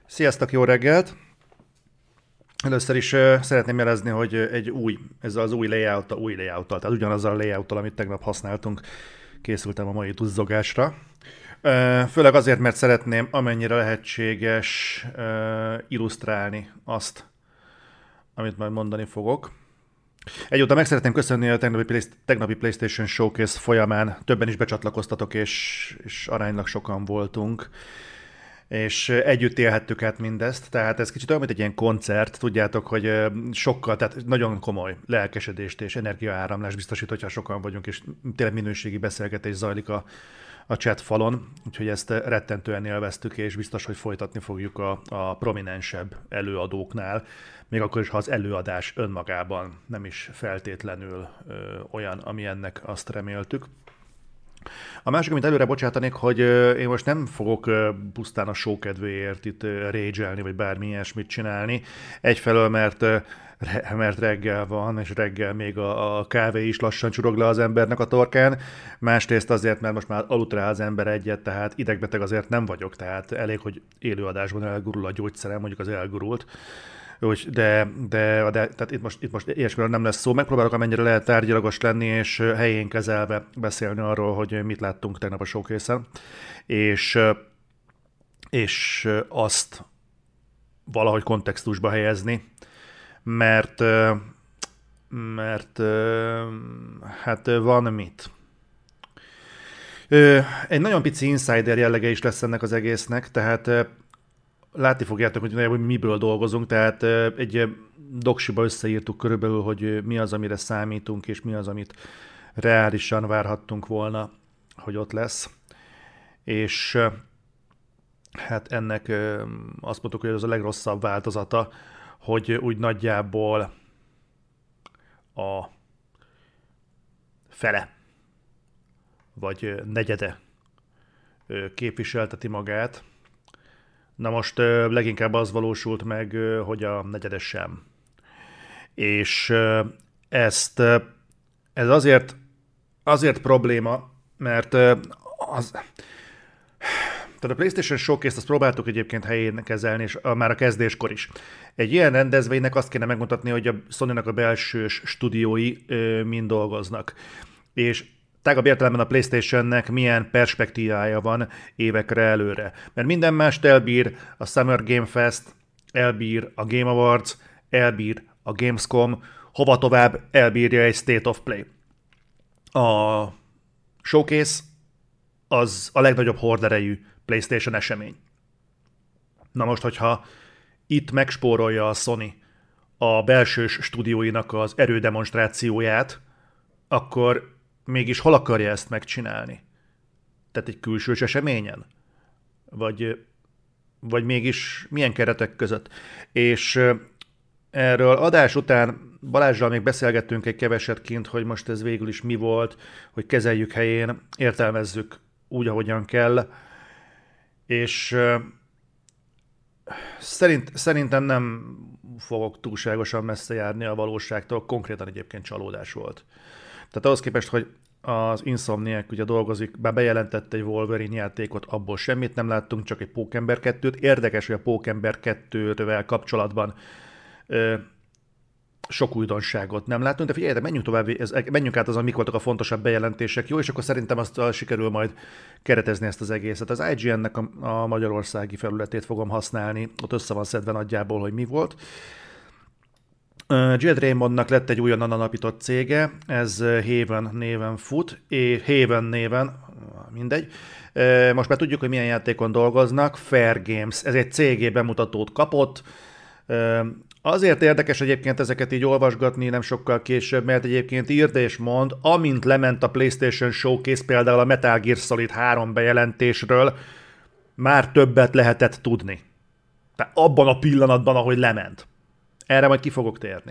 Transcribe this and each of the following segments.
Sziasztok, jó reggelt! Először is szeretném jelezni, hogy ezzel az új layout-tal, tehát ugyanazzal a layout-tal, amit tegnap használtunk, készültem a mai tuzzogásra. Főleg azért, mert szeretném amennyire lehetséges illusztrálni azt, amit majd mondani fogok. Egyúttal meg szeretném köszönni a tegnapi PlayStation Showcase folyamán. Többen is becsatlakoztatok, és aránylag sokan voltunk. És együtt élhettük át mindezt, tehát ez kicsit olyan, mint egy ilyen koncert, tudjátok, hogy sokkal, tehát nagyon komoly lelkesedést és energiaáramlás biztosít, hogyha sokan vagyunk, és tényleg minőségi beszélgetés zajlik a chat falon, úgyhogy ezt rettentően élveztük, és biztos, hogy folytatni fogjuk a prominensebb előadóknál, még akkor is, ha az előadás önmagában nem is feltétlenül olyan, ami ennek azt reméltük. A másik, amit előre bocsátanék, hogy én most nem fogok pusztán a show kedvéért itt rage-elni, vagy bármi ilyesmit csinálni. Egyfelől, mert reggel van, és reggel még a kávé is lassan csurog le az embernek a torkán. Másrészt azért, mert most már aludt rá az ember egyet, tehát idegbeteg azért nem vagyok, tehát elég, hogy élőadásban elgurul a gyógyszerem, mondjuk az elgurult. Tehát itt most ilyesmiről nem lesz szó. Megpróbálok amennyire lehet tárgyalagos lenni, és helyén kezelve beszélni arról, hogy mit láttunk tegnap a showcase-en, és azt valahogy kontextusba helyezni, mert hát van mit. Egy nagyon pici insider jellege is lesz ennek az egésznek, tehát látni fogjátok, hogy miből dolgozunk, tehát egy doksiba összeírtuk körülbelül, hogy mi az, amire számítunk, és mi az, amit reálisan várhattunk volna, hogy ott lesz. És hát ennek azt mondtuk, hogy ez a legrosszabb változata, hogy úgy nagyjából a fele, vagy negyede képviselteti magát. Na most leginkább az valósult meg, hogy a negyedes sem. És ez azért probléma, mert tehát a PlayStation Showcase-t azt próbáltuk egyébként helyén kezelni, és már a kezdéskor is. Egy ilyen rendezvénynek azt kéne megmutatni, hogy a Sony-nak a belsős stúdiói mind dolgoznak. És tágabb értelemben a PlayStation-nek milyen perspektívája van évekre előre. Mert minden mást elbír a Summer Game Fest, elbír a Game Awards, elbír a Gamescom, hova tovább elbírja egy State of Play. A Showcase az a legnagyobb horderejű PlayStation esemény. Na most, hogyha itt megspórolja a Sony a belsős stúdióinak az erődemonstrációját, akkor mégis hol akarja ezt megcsinálni? Tehát egy külsős eseményen? Vagy mégis milyen keretek között? És erről adás után Balázsral még beszélgettünk egy keveset kint, hogy most ez végül is mi volt, hogy kezeljük helyén, értelmezzük úgy, ahogyan kell, és szerintem nem fogok túlságosan messze járni a valóságtól, konkrétan egyébként csalódás volt. Tehát ahhoz képest, hogy az Insomniac ugye dolgozik, bár bejelentette egy Wolverine játékot, abból semmit nem láttunk, csak egy Pókember 2-t. Érdekes, hogy a Pókember 2-vel kapcsolatban sok újdonságot nem látunk, de figyeljetek, menjünk tovább, menjünk át azon, mik voltak a fontosabb bejelentések, jó, és akkor szerintem azt sikerül majd keretezni ezt az egészet. Az IGN-nek a magyarországi felületét fogom használni, ott össze van szedve nagyjából, hogy mi volt. Jed Raymondnak lett egy újonnan alapított cége, ez Haven néven fut, Haven néven, mindegy. Most már tudjuk, hogy milyen játékon dolgoznak, Fair Games, ez egy CG bemutatót kapott. Azért érdekes egyébként ezeket így olvasgatni nem sokkal később, mert egyébként írd és mond, amint lement a PlayStation Showcase például a Metal Gear Solid 3 bejelentésről, már többet lehetett tudni. Tehát abban a pillanatban, ahogy lement. Erre majd ki fogok térni.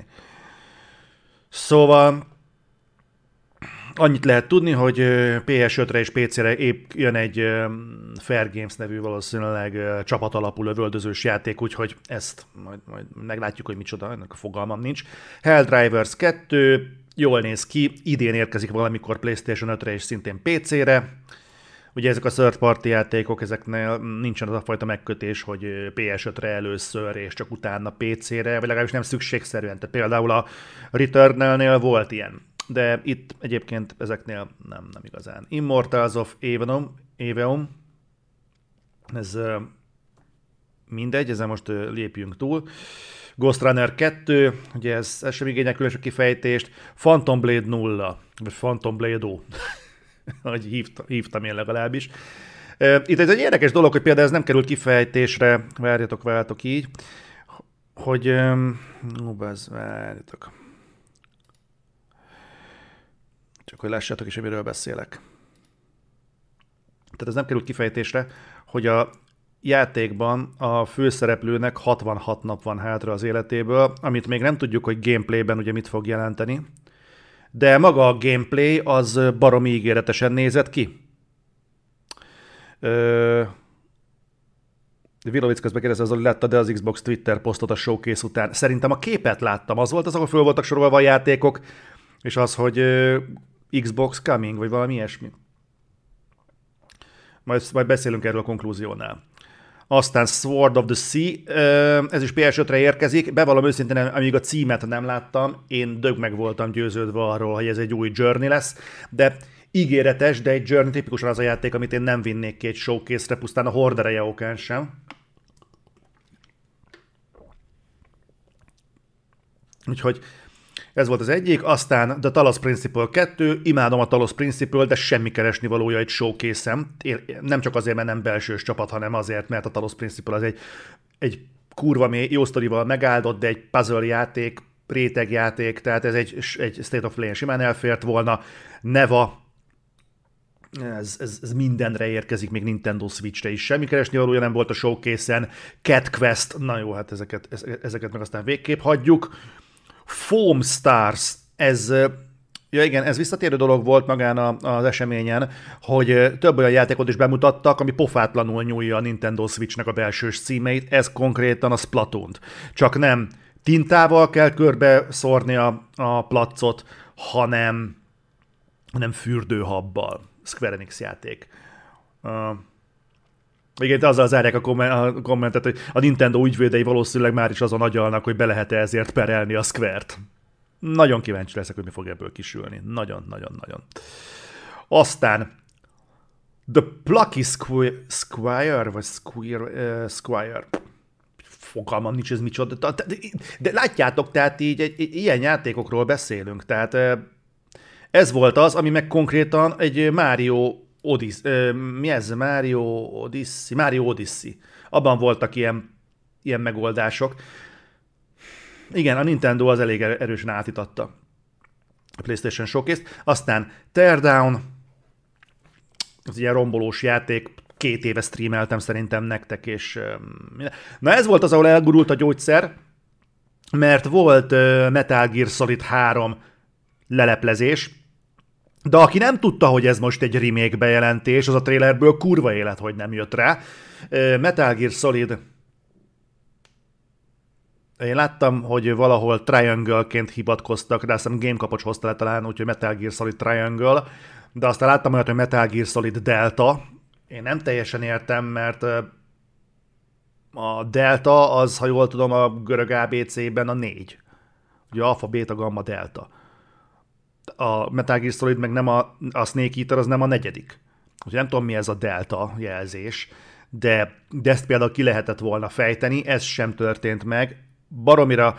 Szóval annyit lehet tudni, hogy PS5-re és PC-re épp jön egy Fair Games nevű valószínűleg csapatalapú lövöldözős játék, úgyhogy ezt majd meglátjuk, hogy micsoda, ennek a fogalmam nincs. Helldivers 2, jól néz ki, idén érkezik valamikor PlayStation 5-re és szintén PC-re, Ugye ezek a third party játékok, ezeknél nincsen az a fajta megkötés, hogy PS5-re először, és csak utána PC-re, vagy legalábbis nem szükségszerűen. Tehát például a Returnal-nél volt ilyen. De itt egyébként ezeknél nem igazán. Immortals of Aveum. Ez mindegy, ezen most lépjünk túl. Ghost Runner 2, ugye ez sem igényel különös kifejtést. Phantom Blade 0, vagy Phantom Blade O, ahogy hívtam én legalábbis. Itt ez egy érdekes dolog, hogy például ez nem került kifejtésre, várjatok így, hogy... várjatok. Csak hogy lássátok is, hogy miről beszélek. Tehát ez nem került kifejtésre, hogy a játékban a főszereplőnek 66 nap van hátra az életéből, amit még nem tudjuk, hogy gameplayben ugye mit fog jelenteni. De maga a gameplay az baromi ígéretesen nézett ki. Vilovic közben kérdezte, hogy látta de az Xbox Twitter posztot a showcase után. Szerintem a képet láttam. Az volt az, ahol föl voltak sorolva a játékok, és az, hogy Xbox coming, vagy valami ilyesmi. Majd beszélünk erről a konklúziónál. Aztán Sword of the Sea, ez is PS5-re érkezik. Bevallom őszintén, amíg a címet nem láttam, én dög meg voltam győződve arról, hogy ez egy új Journey lesz, de ígéretes, de egy Journey tipikusan az a játék, amit én nem vinnék ki egy showcase-re, pusztán a Horde ereje okán sem. Úgyhogy ez volt az egyik, aztán The Talos Principle 2, imádom a Talos Principle, de semmi keresni valója egy showcase-em. Nem csak azért, mert nem belsős csapat, hanem azért, mert a Talos Principle az egy kurva mély, jó sztorival megáldott, de egy puzzle játék, rétegjáték, tehát ez egy State of Play-en simán elfért volna. Neva, ez mindenre érkezik, még Nintendo Switch-re is. Semmi keresni valója nem volt a showcase-en. Cat Quest, na jó, hát ezeket meg aztán végképp hagyjuk. Foam Stars, ez visszatérő dolog volt magán az eseményen, hogy több olyan játékot is bemutattak, ami pofátlanul nyúlja a Nintendo Switch-nek a belsős címeit, ez konkrétan a Splatoon-t. Csak nem tintával kell körbe szórni a placot, hanem fürdőhabbal. Square Enix játék. Igen, azzal zárják a kommentet, hogy a Nintendo ügyvédei valószínűleg már is azon agyalnak, hogy be lehet-e ezért perelni a Square-t. Nagyon kíváncsi leszek, hogy mi fog ebből kisülni. Nagyon. Aztán The Plucky Squire, vagy Squire. Fogalmam nincs, ez micsoda. De látjátok, tehát így ilyen játékokról beszélünk. Tehát ez volt az, ami meg konkrétan egy Mario Odyssey. Abban voltak ilyen megoldások. Igen, a Nintendo az elég erősen átitatta a PlayStation Showcase-t. Aztán Teardown, az ilyen rombolós játék, 2 éve streameltem szerintem nektek, és na ez volt az, ahol elgurult a gyógyszer, mert volt Metal Gear Solid 3 leleplezés, de aki nem tudta, hogy ez most egy remake bejelentés, az a trailerből kurva élet, hogy nem jött rá. Metal Gear Solid, én láttam, hogy valahol Triangle-ként hivatkoztak, de azt hiszem Game Kapocs hozta le talán, úgyhogy Metal Gear Solid Triangle, de aztán láttam olyat, hogy Metal Gear Solid Delta. Én nem teljesen értem, mert a Delta az, ha jól tudom, a görög ABC-ben a 4. Ugye alfa, beta, gamma, delta. A Metal Gear Solid meg nem a Snake Eater, az nem a 4. Úgyhogy nem tudom, mi ez a delta jelzés, de ezt például ki lehetett volna fejteni, ez sem történt meg. Baromira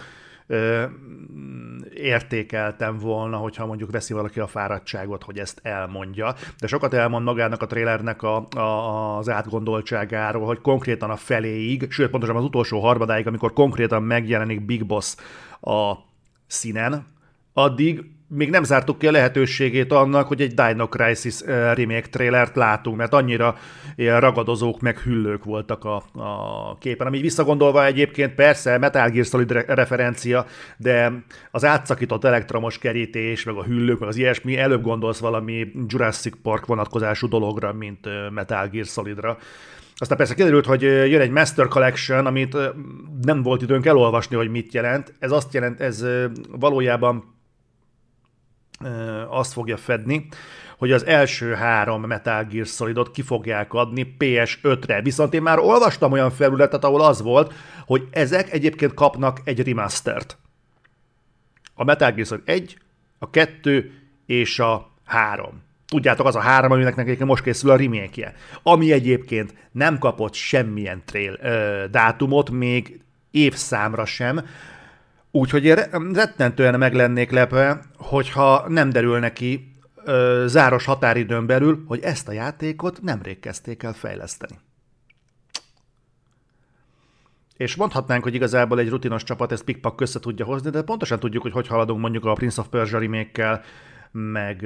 értékeltem volna, hogyha mondjuk veszi valaki a fáradtságot, hogy ezt elmondja, de sokat elmond magának a trailernek az átgondoltságáról, hogy konkrétan a feléig, sőt pontosan az utolsó harmadáig, amikor konkrétan megjelenik Big Boss a színen, addig még nem zártuk ki a lehetőségét annak, hogy egy Dino Crisis remake trailert látunk, mert annyira ilyen ragadozók meg hüllők voltak a képen. Ami visszagondolva egyébként persze Metal Gear Solid referencia, de az átszakított elektromos kerítés, meg a hüllők, meg az ilyesmi, előbb gondolsz valami Jurassic Park vonatkozású dologra, mint Metal Gear Solidra. Aztán persze kiderült, hogy jön egy Master Collection, amit nem volt időnk elolvasni, hogy mit jelent. Ez azt jelent, ez valójában azt fogja fedni, hogy az első 3 Metal Gear Solidot ki fogják adni PS5-re. Viszont én már olvastam olyan felületet, ahol az volt, hogy ezek egyébként kapnak egy remastert. A Metal Gear Solid 1, a 2 és a 3. Tudjátok, az a 3, aminek nekik most készül a remake-je. Ami egyébként nem kapott semmilyen dátumot, még évszámra sem. Úgyhogy én rettentően meg lennék lepve, hogyha nem derül neki záros határidőn belül, hogy ezt a játékot nemrég kezdték el fejleszteni. És mondhatnánk, hogy igazából egy rutinos csapat ezt pikpak össze tudja hozni, de pontosan tudjuk, hogy haladunk mondjuk a Prince of Persia remake-kel, meg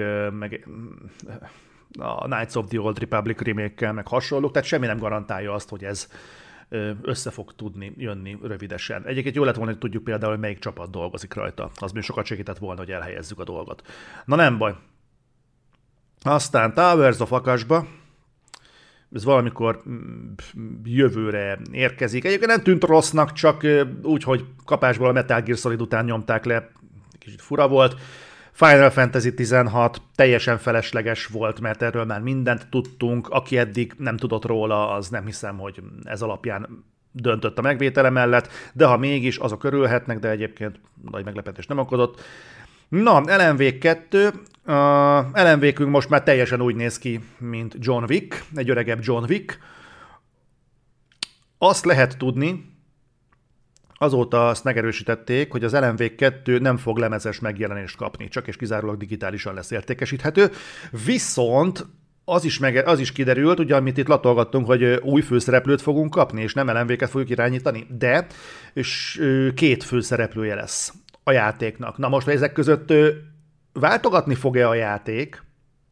a Knights of the Old Republic remake-kel, meg hasonlók, tehát semmi nem garantálja azt, hogy ez össze fog tudni jönni rövidesen. Egyébként jó lett volna, hogy tudjuk például, hogy melyik csapat dolgozik rajta. Az még sokat segített volna, hogy elhelyezzük a dolgot. Na nem baj. Aztán Towers of Akasba. Ez valamikor jövőre érkezik. Egyébként nem tűnt rossznak, csak úgy, hogy kapásból a Metal Gear Solid után nyomták le. Kicsit fura volt. Final Fantasy 16 teljesen felesleges volt, mert erről már mindent tudtunk. Aki eddig nem tudott róla, az nem hiszem, hogy ez alapján döntött a megvétele mellett, de ha mégis, azok örülhetnek, de egyébként nagy meglepetés nem okozott. Na, LMV2. LMV-künk most már teljesen úgy néz ki, mint John Wick, egy öregebb John Wick. Azt lehet tudni, azóta azt megerősítették, hogy az LMV2 nem fog lemezes megjelenést kapni, csak és kizárólag digitálisan lesz értékesíthető. Viszont az is kiderült, ugye, amit itt latolgattunk, hogy új főszereplőt fogunk kapni, és nem LMV-ket fogjuk irányítani, de és 2 főszereplője lesz a játéknak. Na most, hogy ezek között váltogatni fog-e a játék,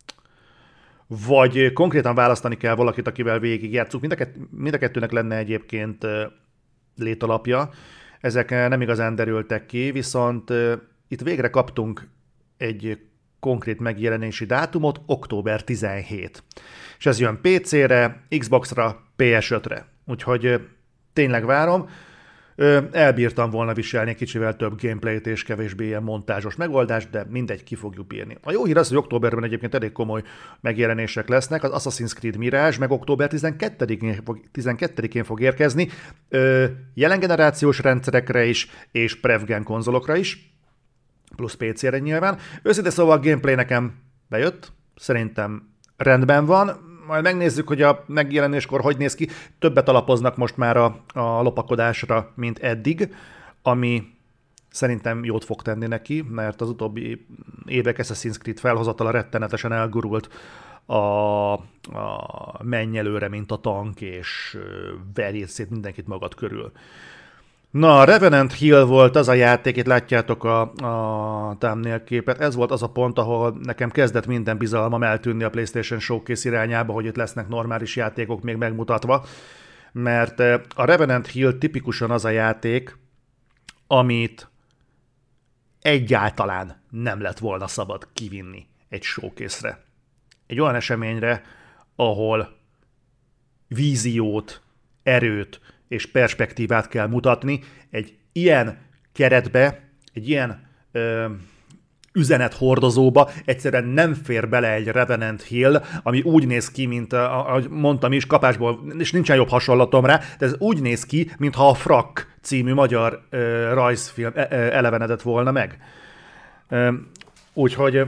vagy konkrétan választani kell valakit, akivel végigjátszunk. Mind a kettőnek lenne egyébként létalapja. Ezek nem igazán derültek ki, viszont itt végre kaptunk egy konkrét megjelenési dátumot, október 17. És ez jön PC-re, Xbox-ra, PS5-re. Úgyhogy tényleg várom. Elbírtam volna viselni kicsivel több gameplayt és kevésbé ilyen montázsos megoldást, de mindegy, ki fogjuk bírni. A jó hír az, hogy októberben egyébként elég komoly megjelenések lesznek, az Assassin's Creed Mirage meg október 12-én fog érkezni, jelen generációs rendszerekre is, és prevgen konzolokra is, plusz PC-re nyilván. Őszintén szóval a gameplay nekem bejött, szerintem rendben van, majd megnézzük, hogy a megjelenéskor hogy néz ki. Többet alapoznak most már a lopakodásra, mint eddig, ami szerintem jót fog tenni neki, mert az utóbbi évek Assassin's Creed felhozatala rettenetesen elgurult a mennyelőre, mint a tank, és verjét szét mindenkit magad körül. Na, Revenant Hill volt az a játék, itt látjátok a thumbnail képet, ez volt az a pont, ahol nekem kezdett minden bizalmam eltűnni a PlayStation Showcase irányába, hogy itt lesznek normális játékok még megmutatva, mert a Revenant Hill tipikusan az a játék, amit egyáltalán nem lett volna szabad kivinni egy showcase-re. Egy olyan eseményre, ahol víziót, erőt és perspektívát kell mutatni, egy ilyen keretbe, egy ilyen üzenethordozóba egyszerűen nem fér bele egy Revenant Hill, ami úgy néz ki, mint, ahogy mondtam is, kapásból, és nincsen jobb hasonlatom rá, de ez úgy néz ki, mintha a Frak című magyar rajzfilm elevenedett volna meg. Úgyhogy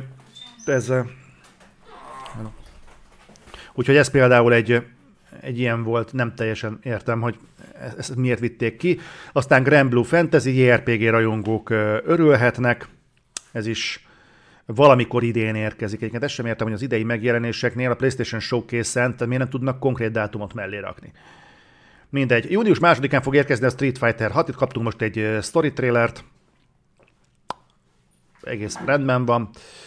ez például egy ilyen volt, nem teljesen értem, hogy ezt miért vitték ki. Aztán Granblue Fantasy, JRPG rajongók örülhetnek, ez is valamikor idén érkezik. Egyébként ezt sem értem, hogy az idei megjelenéseknél a PlayStation Showcase-en miért nem tudnak konkrét dátumot mellé rakni. Mindegy. Június 2-án fog érkezni a Street Fighter 6, itt kaptunk most egy story trailert, egész rendben van.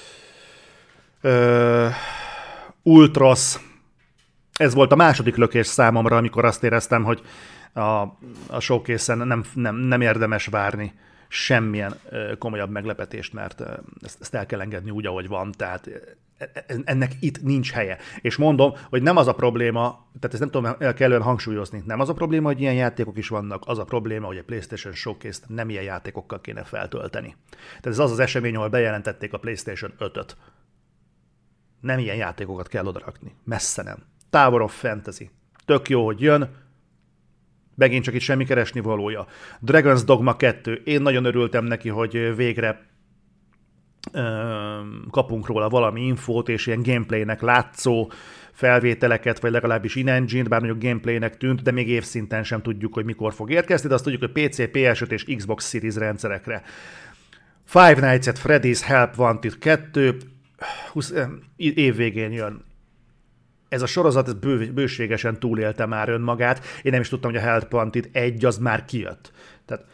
Ultros, ez volt a második lökés számomra, amikor azt éreztem, hogy a showcase-en nem érdemes várni semmilyen komolyabb meglepetést, mert ezt el kell engedni úgy, ahogy van, tehát ennek itt nincs helye. És mondom, hogy nem az a probléma, tehát ezt nem tudom kellően hangsúlyozni, nem az a probléma, hogy ilyen játékok is vannak, az a probléma, hogy a PlayStation Showcase-t nem ilyen játékokkal kéne feltölteni. Tehát ez az az esemény, ahol bejelentették a PlayStation 5-öt. Nem ilyen játékokat kell odarakni. Messze nem. Tower of Fantasy. Tök jó, hogy jön. Megint csak itt semmi keresni valója. Dragon's Dogma 2. Én nagyon örültem neki, hogy végre kapunk róla valami infót, és ilyen gameplaynek látszó felvételeket, vagy legalábbis in-engine-t, bár mondjuk gameplaynek tűnt, de még évszinten sem tudjuk, hogy mikor fog érkezni, de azt tudjuk, hogy PC, PS5 és Xbox Series rendszerekre. Five Nights at Freddy's Help Wanted 2 év végén jön. Ez a sorozat ez bőségesen túlélte már önmagát. Én nem is tudtam, hogy a Help Wanted 1 az már kijött. Tehát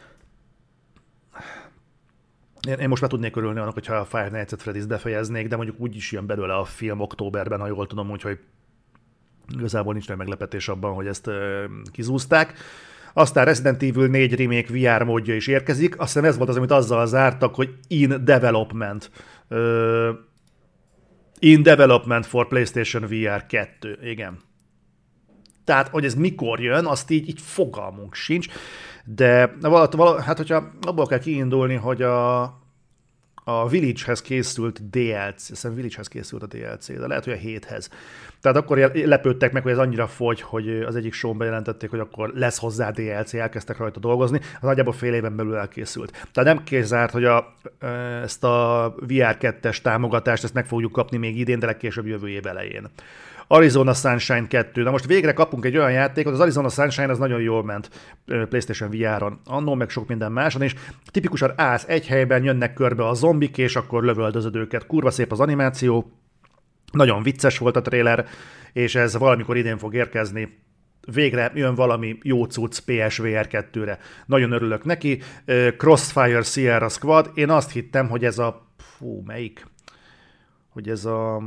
én most már tudnék örülni annak, hogyha a Five Nights at Freddy's befejeznék, de mondjuk úgy is jön belőle a film októberben, ha jól tudom, úgyhogy igazából nincs nagy meglepetés abban, hogy ezt kizúzták. Aztán Resident Evil 4 Remake VR módja is érkezik. Azt hiszem ez volt az, amit azzal zártak, hogy in development. In development for PlayStation VR 2. Igen. Tehát, hogy ez mikor jön, azt így fogalmunk sincs. De hát, hogyha abból kell kiindulni, hogy a Village-hez készült DLC, hiszem Village-hez készült a DLC, de lehet, hogy a 7-hez. Tehát akkor lepődtek meg, hogy ez annyira fogy, hogy az egyik show-n bejelentették, hogy akkor lesz hozzá DLC, elkezdtek rajta dolgozni, az nagyjából fél éven belül elkészült. Tehát nem kizárt, hogy ezt a VR 2-es támogatást ezt meg fogjuk kapni még idén, de legkésőbb jövő év elején. Arizona Sunshine 2. Na most végre kapunk egy olyan játékot, az Arizona Sunshine az nagyon jól ment PlayStation VR-on, annól meg sok minden máson, és tipikusan állsz egy helyben, jönnek körbe a zombik, és akkor lövöldözöd őket. Kurva szép az animáció, nagyon vicces volt a trailer, és ez valamikor idén fog érkezni. Végre jön valami jó cucc PSVR 2-re. Nagyon örülök neki. Crossfire Sierra Squad. Én azt hittem, hogy ez a... melyik? Hogy ez a...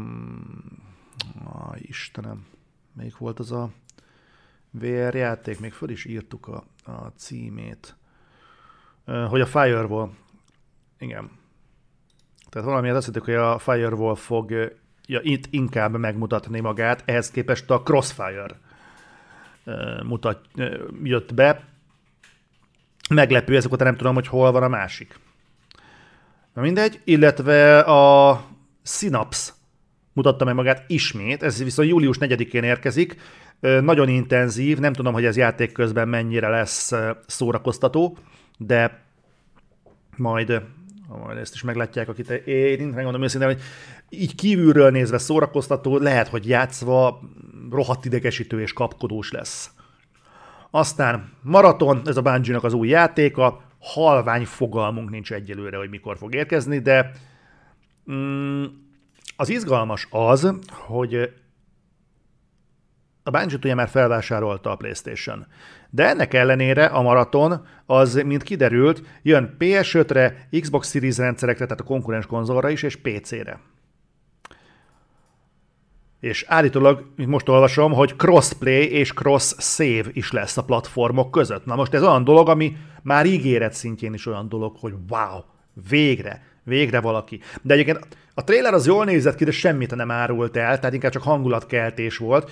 Istenem, melyik volt az a VR játék? Még föl is írtuk a címét. Hogy a Firewall. Igen. Tehát valamiért azt hittük, hogy a Firewall fog itt inkább megmutatni magát, ehhez képest a Crossfire jött be. Meglepő, ezek után nem tudom, hogy hol van a másik. Na mindegy, illetve a Synapse mutatta meg magát ismét, ez viszont július 4-én érkezik, nagyon intenzív, nem tudom, hogy ez játék közben mennyire lesz szórakoztató, de majd ezt is meglátják, akit én megmondom őszintén, hogy így kívülről nézve szórakoztató, lehet, hogy játszva rohadt idegesítő és kapkodós lesz. Aztán Marathon, ez a Bungie-nak az új játéka, halvány fogalmunk nincs egyelőre, hogy mikor fog érkezni, de az izgalmas az, hogy a Bungie ugye már felvásárolta a PlayStation. De ennek ellenére a Marathon az, mint kiderült, jön PS5-re, Xbox Series rendszerekre, tehát a konkurens konzolra is, és PC-re. És állítólag, most olvasom, hogy crossplay és cross-save is lesz a platformok között. Na most ez olyan dolog, ami már ígéret szintjén is olyan dolog, hogy wow, végre valaki. De egyébként a trailer az jól nézett ki, de semmit nem árult el, tehát inkább csak hangulatkeltés volt.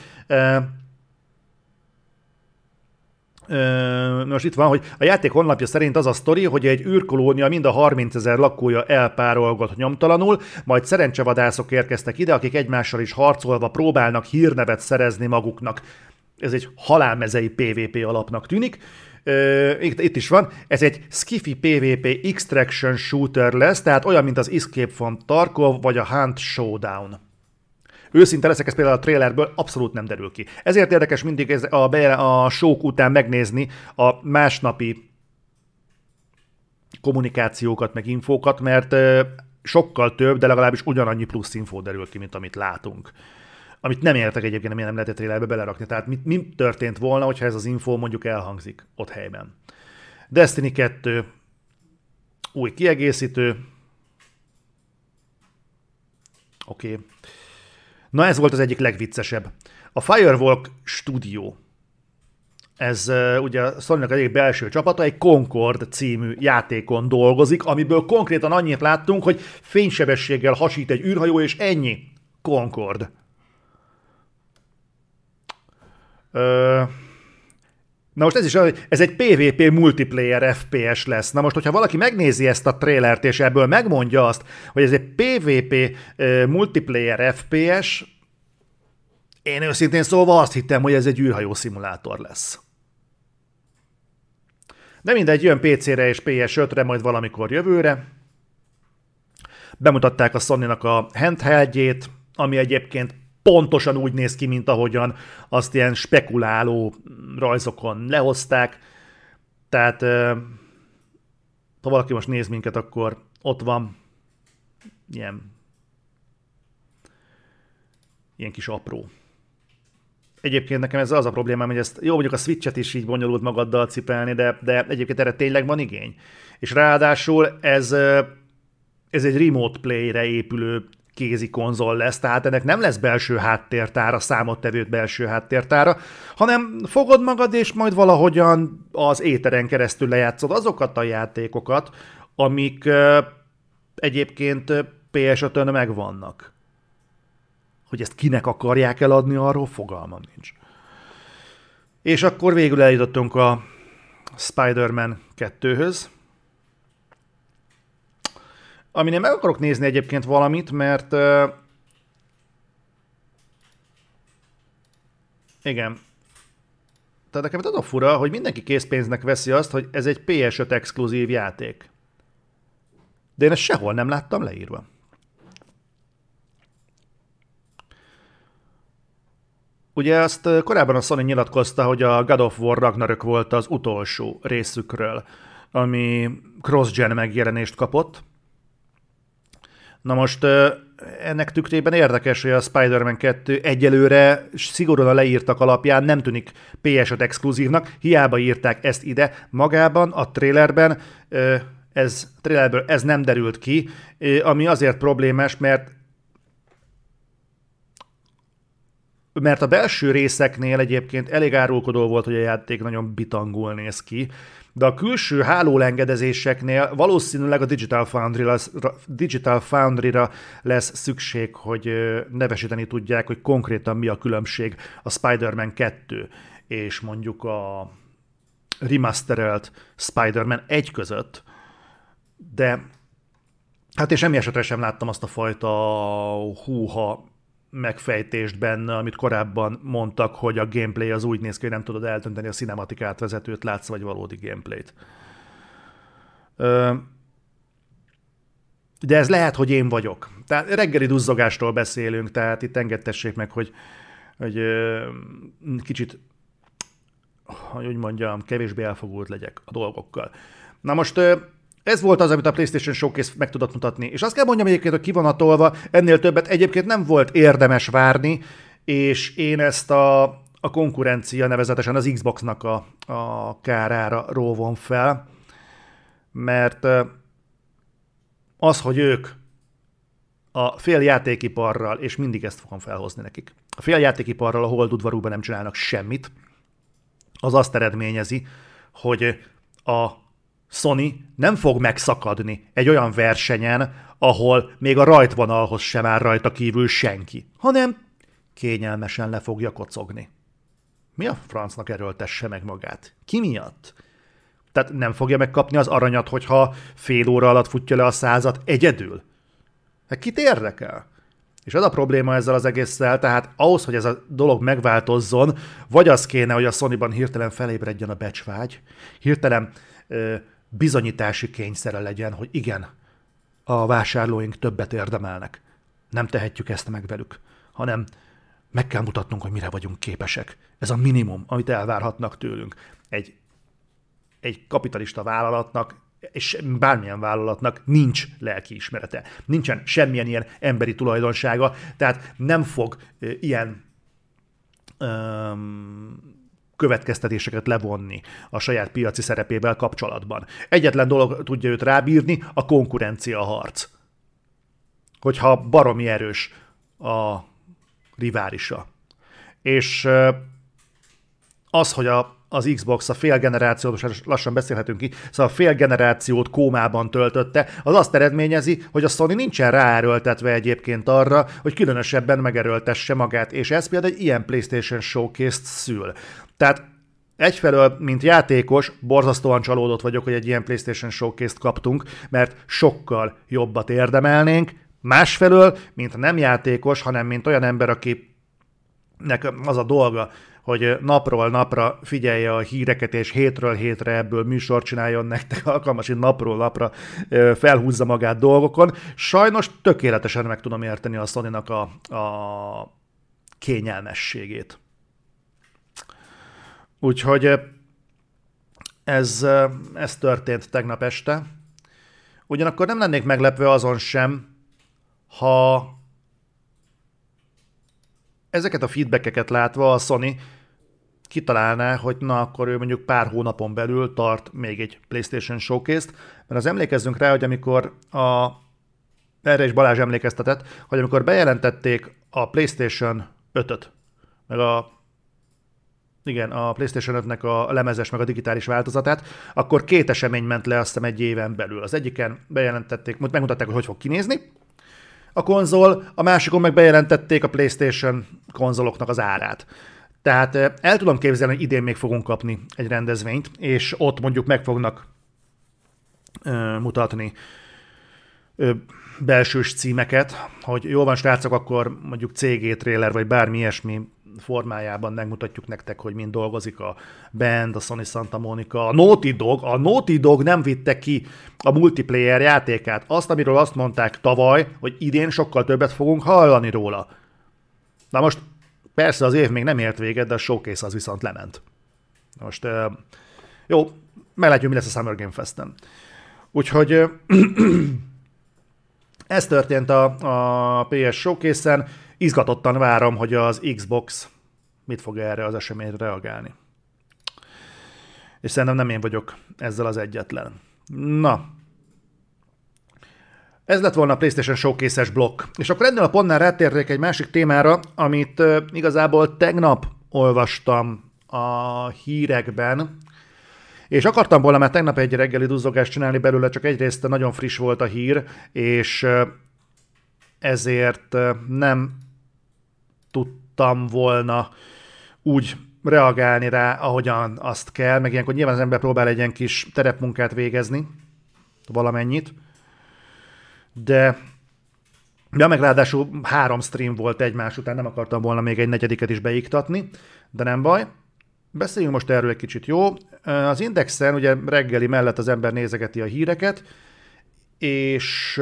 Most itt van, hogy a játék honlapja szerint az a sztori, hogy egy űrkolónia mind a 30 000 lakója elpárolgott nyomtalanul, majd szerencsevadászok érkeztek ide, akik egymással is harcolva próbálnak hírnevet szerezni maguknak. Ez egy halálmezei PvP alapnak tűnik. Itt is van, ez egy Skiffy PvP Extraction Shooter lesz, tehát olyan, mint az Escape from Tarkov, vagy a Hunt Showdown. Őszinte leszek, ez például a trailerből abszolút nem derül ki. Ezért érdekes mindig a show után megnézni a másnapi kommunikációkat, meg infókat, mert sokkal több, de legalábbis ugyanannyi plusz infó derül ki, mint amit látunk. Amit nem értek egyébként, miért nem lehet a trailerbe belerakni. Tehát mi történt volna, hogyha ez az infó mondjuk elhangzik ott helyben. Destiny 2, új kiegészítő. Oké. Na ez volt az egyik legviccesebb. A Firewalk Studio. Ez ugye a Sony-nak egyik belső csapata, egy Concord című játékon dolgozik, amiből konkrétan annyit láttunk, hogy fénysebességgel hasít egy űrhajó, és ennyi. Concord. Na most ez egy PvP multiplayer FPS lesz. Na most, hogyha valaki megnézi ezt a trailert, és ebből megmondja azt, hogy ez egy PvP multiplayer FPS, én őszintén szólva azt hittem, hogy ez egy űrhajó szimulátor lesz. De mindegy, jön PC-re és PS5-re, majd valamikor jövőre. Bemutatták a Sony-nak a handheldjét, ami egyébként pontosan úgy néz ki, mint ahogyan azt ilyen spekuláló rajzokon lehozták. Tehát, ha valaki most néz minket, akkor ott van ilyen kis apró. Egyébként nekem ez az a problémám, hogy ezt jó, mondjuk a Switch-et is így bonyolult magaddal cipelni, de egyébként erre tényleg van igény. És ráadásul ez egy remote play-re épülő kézi konzol lesz, tehát ennek nem lesz belső háttértára, számottevőt belső háttértára, hanem fogod magad, és majd valahogyan az éteren keresztül lejátszod azokat a játékokat, amik egyébként PS5-ön megvannak. Hogy ezt kinek akarják eladni, arról fogalmam nincs. És akkor végül eljutottunk a Spider-Man 2-höz, amin én meg akarok nézni egyébként valamit, mert igen. Tehát nekem az a fura, hogy mindenki készpénznek veszi azt, hogy ez egy PS5 exkluzív játék. De én ezt sehol nem láttam leírva. Ugye azt korábban a Sony nyilatkozta, hogy a God of War Ragnarök volt az utolsó részükről, ami cross-gen megjelenést kapott. Na most ennek tükrében érdekes, hogy a Spider-Man 2 egyelőre szigorúan a leírtak alapján nem tűnik PS5 exkluzívnak, hiába írták ezt ide magában, a trailerből ez nem derült ki, ami azért problémás, mert a belső részeknél egyébként elég árulkodó volt, hogy a játék nagyon bitangul néz ki, de a külső hálólengedezéseknél valószínűleg a Digital Foundry-ra lesz szükség, hogy nevesíteni tudják, hogy konkrétan mi a különbség a Spider-Man 2 és mondjuk a remasterelt Spider-Man 1 között, de hát én semmi esetre sem láttam azt a fajta húha megfejtést benne, amit korábban mondtak, hogy a gameplay az úgy néz ki, hogy nem tudod eltönteni a cinematic átvezetőt, látsz vagy valódi gameplayt. De ez lehet, hogy én vagyok. Tehát reggeli duzzogástól beszélünk, tehát itt engedtessék meg, hogy kicsit, hogy úgy mondjam, kevésbé elfogult legyek a dolgokkal. Na most ez volt az, amit a PlayStation Showcase meg tudott mutatni. És azt kell mondjam egyébként, hogy kivonatolva, ennél többet egyébként nem volt érdemes várni, és én ezt a konkurencia, nevezetesen az Xboxnak a kárára róvom fel, mert az, hogy ők a féljátékiparral, és mindig ezt fogom felhozni nekik, a féljátékiparral a holdudvarúban nem csinálnak semmit, az azt eredményezi, hogy a Sony nem fog megszakadni egy olyan versenyen, ahol még a rajtvonalhoz sem áll rajta kívül senki, hanem kényelmesen le fogja kocogni. Mi a francnak erőltesse meg magát? Ki miatt? Tehát nem fogja megkapni az aranyat, hogyha fél óra alatt futja le a 100-at egyedül? Hát kit érdekel? És az a probléma ezzel az egésszel, tehát ahhoz, hogy ez a dolog megváltozzon, vagy az kéne, hogy a Sonyban hirtelen felébredjen a becsvágy, hirtelen bizonyítási kényszere legyen, hogy igen, a vásárlóink többet érdemelnek. Nem tehetjük ezt meg velük, hanem meg kell mutatnunk, hogy mire vagyunk képesek. Ez a minimum, amit elvárhatnak tőlünk. Egy kapitalista vállalatnak, és bármilyen vállalatnak nincs lelkiismerete. Nincsen semmilyen ilyen emberi tulajdonsága, tehát nem fog ilyen következtetéseket levonni a saját piaci szerepével kapcsolatban. Egyetlen dolog tudja őt rábírni, a konkurencia harc. Hogyha baromi erős a riválisa. És az, hogy az Xbox a fél generációt, most lassan beszélhetünk ki, szóval a fél generációt kómában töltötte, az azt eredményezi, hogy a Sony nincsen ráerőltetve egyébként arra, hogy különösebben megerőltesse magát, és ez például egy ilyen PlayStation Showcase-t szül. Tehát egyfelől, mint játékos, borzasztóan csalódott vagyok, hogy egy ilyen PlayStation Showcase-t kaptunk, mert sokkal jobbat érdemelnénk. Másfelől, mint nem játékos, hanem mint olyan ember, akinek az a dolga, hogy napról napra figyelje a híreket, és hétről hétre ebből műsort csináljon nektek, alkalmas, hogy napról napra felhúzza magát dolgokon. Sajnos tökéletesen meg tudom érteni a Sony-nak a kényelmességét. Úgyhogy ez történt tegnap este. Ugyanakkor nem lennék meglepve azon sem, ha ezeket a feedbackeket látva a Sony kitalálná, hogy na akkor ő mondjuk pár hónapon belül tart még egy PlayStation Showcase-t, mert az emlékezzünk rá, hogy amikor erre is Balázs emlékeztetett, hogy amikor bejelentették a PlayStation 5-öt, meg a PlayStation 5-nek a lemezes meg a digitális változatát, akkor 2 esemény ment le, azt hiszem, egy éven belül. Az egyiken bejelentették, megmutatták, hogy fog kinézni a konzol, a másikon meg bejelentették a PlayStation konzoloknak az árát. Tehát el tudom képzelni, hogy idén még fogunk kapni egy rendezvényt, és ott mondjuk meg fognak mutatni belsős címeket, hogy jó van, srácok, akkor mondjuk CG trailer, vagy bármi ilyesmi formájában megmutatjuk nektek, hogy mind dolgozik a band, a Sony Santa Monica, a Naughty Dog nem vitte ki a multiplayer játékát. Azt, amiről azt mondták tavaly, hogy idén sokkal többet fogunk hallani róla. Na most persze az év még nem ért véget, de a showcase az viszont lement. Most jó, meglátjuk, mi lesz a Summer Game Festen. Úgyhogy ez történt a PS Showcase-en. Izgatottan várom, hogy az Xbox mit fog erre az eseményre reagálni. És szerintem nem én vagyok ezzel az egyetlen. Na, ez lett volna a PlayStation Showcase-es blokk. És akkor ennél a pontnál rátérnék egy másik témára, amit igazából tegnap olvastam a hírekben, és akartam volna már tegnap egy reggeli duzzogást csinálni belőle, csak egyrészt nagyon friss volt a hír, és ezért nem tudtam volna úgy reagálni rá, ahogyan azt kell, meg ilyenkor nyilván az ember próbál egy ilyen kis terepmunkát végezni, valamennyit, de meg ráadásul 3 stream volt egymás után, nem akartam volna még egy 4. is beiktatni, de nem baj. Beszéljünk most erről egy kicsit, jó? Az Indexen ugye reggeli mellett az ember nézegeti a híreket, és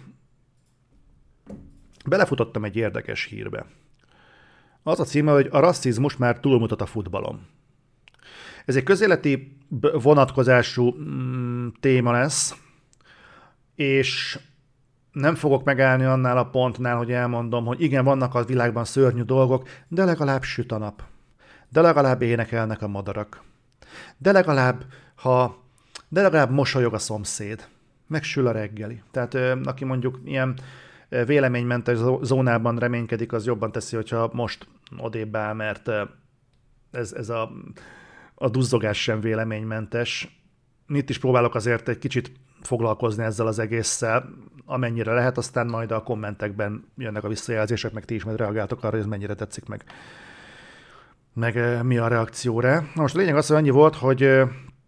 belefutottam egy érdekes hírbe. Az a címe, hogy a rasszizmus már túlmutat a futballon. Ez egy közéleti vonatkozású téma lesz, és nem fogok megállni annál a pontnál, hogy elmondom, hogy igen, vannak a világban szörnyű dolgok, de legalább süt a nap. De legalább énekelnek a madarak. De legalább mosolyog a szomszéd. Megsül a reggeli. Tehát aki mondjuk ilyen véleménymentes zónában reménykedik, az jobban teszi, hogyha most odébb áll, mert ez a duzzogás sem véleménymentes. Itt is próbálok azért egy kicsit foglalkozni ezzel az egésszel, amennyire lehet, aztán majd a kommentekben jönnek a visszajelzések, meg ti is majd reagáltok arra, hogy ez mennyire tetszik meg mi a reakcióra. Na most a lényeg az, hogy annyi volt, hogy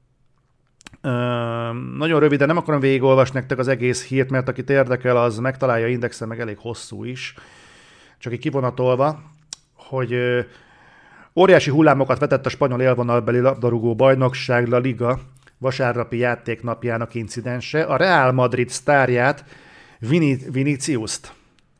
nagyon röviden, nem akarom végigolvasni nektek az egész hírt, mert akit érdekel, az megtalálja Indexen, meg elég hosszú is. Csak így kivonatolva, hogy óriási hullámokat vetett a spanyol élvonalbeli labdarúgó bajnokság La Liga vasárnapi játéknapjának incidense. A Real Madrid sztárját, Viniciust,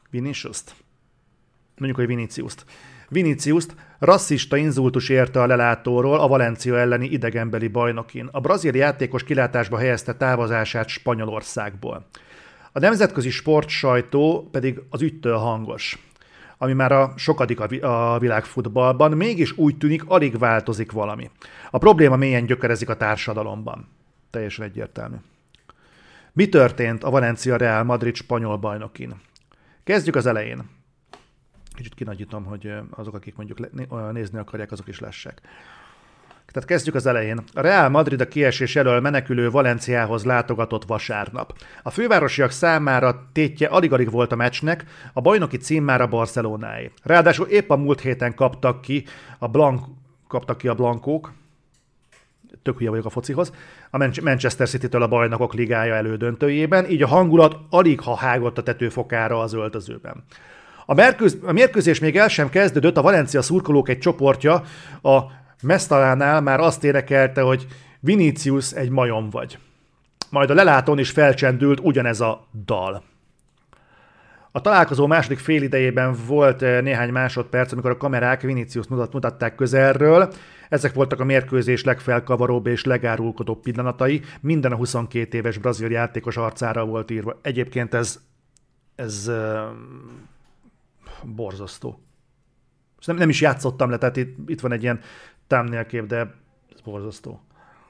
rasszista inzultus érte a lelátóról a Valencia elleni idegenbeli bajnokin. A brazil játékos kilátásba helyezte távozását Spanyolországból. A nemzetközi sportsajtó pedig az ügytől hangos, ami már a sokadik a világfutballban, mégis úgy tűnik, alig változik valami. A probléma mélyen gyökerezik a társadalomban. Teljesen egyértelmű. Mi történt a Valencia Real Madrid spanyol bajnokin? Kezdjük az elején. Kicsit kinagyítom, hogy azok, akik mondjuk nézni akarják, azok is lássák. Tehát kezdjük az elején. A Real Madrid a kiesés elől menekülő Valenciához látogatott vasárnap. A fővárosiak számára tétje alig-alig volt a meccsnek, a bajnoki cím már a Barcelonáé. Ráadásul épp a múlt héten kaptak ki a blankók, tök hülye vagyok a focihoz, a Manchester City-től a Bajnokok Ligája elődöntőjében, így a hangulat alig ha hágott a tetőfokára az öltözőben. A mérkőzés még el sem kezdődött, a Valencia szurkolók egy csoportja a Mestalánál már azt énekelte, hogy Vinicius, egy majom vagy. Majd a lelátón is felcsendült ugyanez a dal. A találkozó második félidejében volt néhány másodperc, amikor a kamerák Viniciust mutatták közelről. Ezek voltak a mérkőzés legfelkavaróbb és legárulkodóbb pillanatai. Minden a 22 éves brazil játékos arcára volt írva. Egyébként ez borzasztó. Nem is játszottam le, tehát itt van egy ilyen thumbnail kép, de ez borzasztó.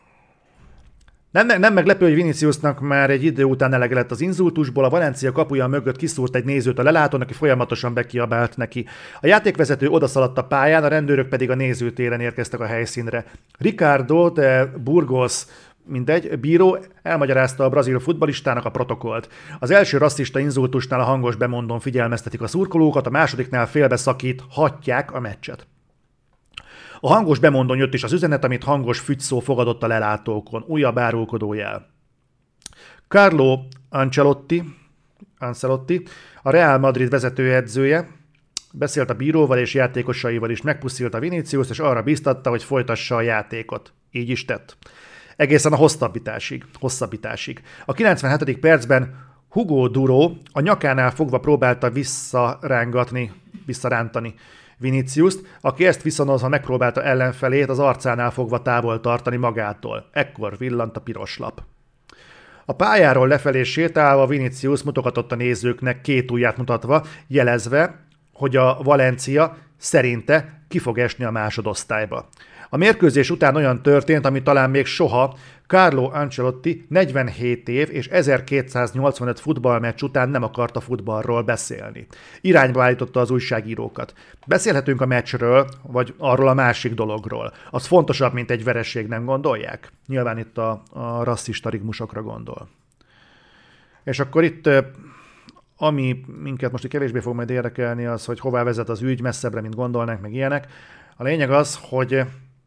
Nem meglepő, hogy Viniciusnak már egy idő után elege lett az inzultusból, a Valencia kapuja mögött kiszúrt egy nézőt a lelátón, aki folyamatosan bekiabált neki. A játékvezető odaszaladt a pályán, a rendőrök pedig a nézőtéren érkeztek a helyszínre. Ricardo de Burgos, bíró elmagyarázta a brazil futballistának a protokollt. Az első rasszista inzultusnál a hangos bemondón figyelmeztetik a szurkolókat, a másodiknál félbeszakíthatják a meccset. A hangos bemondón jött is az üzenet, amit hangos fügyszó fogadott a lelátókon. Újabb árulkodó jel. Carlo Ancelotti, a Real Madrid vezetőedzője, beszélt a bíróval és játékosaival is, megpuszilta Viniciust, és arra biztatta, hogy folytassa a játékot. Így is tett. Egészen a hosszabbításig. A 97. percben Hugo Duro a nyakánál fogva próbálta visszarántani Viniciust, aki ezt viszonozva megpróbálta ellenfelét az arcánál fogva távol tartani magától. Ekkor villant a piros lap. A pályáról lefelé sétálva Vinicius mutogatott a nézőknek két ujját mutatva, jelezve, hogy a Valencia szerinte ki fog esni a másodosztályba. A mérkőzés után olyan történt, ami talán még soha. Carlo Ancelotti 47 év és 1285 futballmeccs után nem akart a futballról beszélni. Irányba állította az újságírókat. Beszélhetünk a meccsről, vagy arról a másik dologról. Az fontosabb, mint egy vereség, nem gondolják? Nyilván itt a rasszista rigmusokra gondol. És akkor itt, ami minket most kevésbé fog majd érdekelni, az, hogy hová vezet az ügy, messzebbre, mint gondolnánk, meg ilyenek. A lényeg az, hogy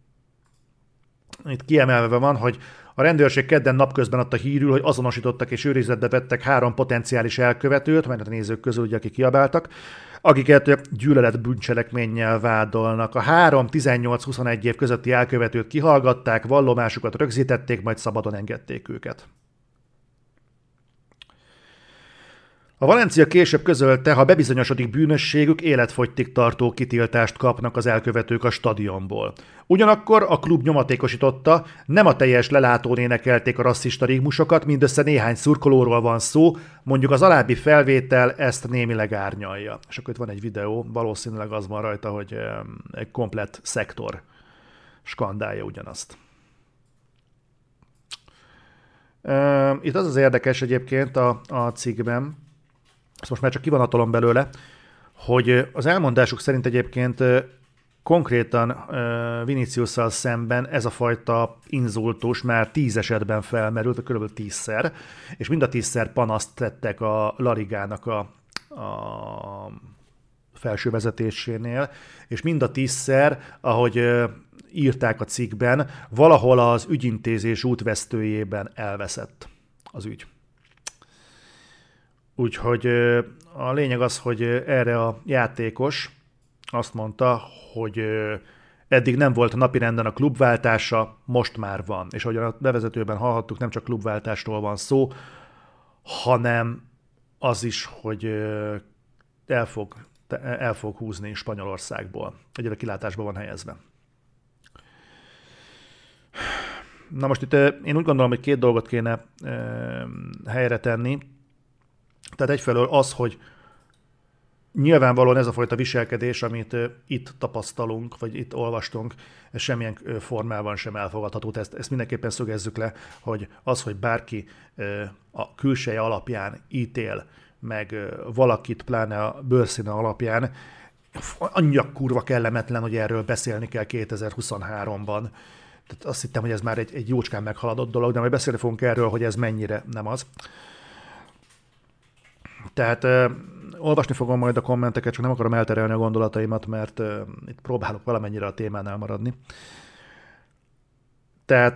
itt kiemelve van, hogy a rendőrség kedden napközben adta hírül, hogy azonosítottak és őrizetbe vettek 3 potenciális elkövetőt, mert a nézők közül ugye, akik kiabáltak, akiket gyűlöletbűncselekménnyel vádolnak. A 3 18-21 év közötti elkövetőt kihallgatták, vallomásukat rögzítették, majd szabadon engedték őket. A Valencia később közölte, ha bebizonyosodik bűnösségük, életfogytig tartó kitiltást kapnak az elkövetők a stadionból. Ugyanakkor a klub nyomatékosította, nem a teljes lelátón énekelték a rasszista rigmusokat, mindössze néhány szurkolóról van szó, mondjuk az alábbi felvétel ezt némileg árnyalja. És akkor itt van egy videó, valószínűleg az van rajta, hogy egy komplett szektor skandálja ugyanazt. Itt az érdekes egyébként a cikkben, ezt most már csak kivonatolom belőle, hogy az elmondásuk szerint egyébként konkrétan Viniciusszal szemben ez a fajta inzultus már 10 esetben felmerült, kb. 10-szer, és mind a 10-szer panaszt tettek a La Ligának a felső vezetésénél, és mind a 10-szer, ahogy írták a cikkben, valahol az ügyintézés útvesztőjében elveszett az ügy. Úgyhogy a lényeg az, hogy erre a játékos azt mondta, hogy eddig nem volt a napirenden a klubváltása, most már van. És ahogyan a bevezetőben hallhattuk, nem csak klubváltásról van szó, hanem az is, hogy el fog húzni Spanyolországból. Egyre kilátásba van helyezve. Na most itt én úgy gondolom, hogy 2 dolgot kéne helyre tenni. Tehát egyfelől az, hogy nyilvánvalóan ez a fajta viselkedés, amit itt tapasztalunk, vagy itt olvastunk, ez semmilyen formában sem elfogadható. Ezt mindenképpen szögezzük le, hogy az, hogy bárki a külseje alapján ítél, meg valakit, pláne a bőrszíne alapján, annyira kurva kellemetlen, hogy erről beszélni kell 2023-ban. Tehát azt hittem, hogy ez már egy jócskán meghaladott dolog, de majd beszélni fogunk erről, hogy ez mennyire nem az. Tehát olvasni fogom majd a kommenteket, csak nem akarom elterelni a gondolataimat, mert itt próbálok valamennyire a témánál maradni. Tehát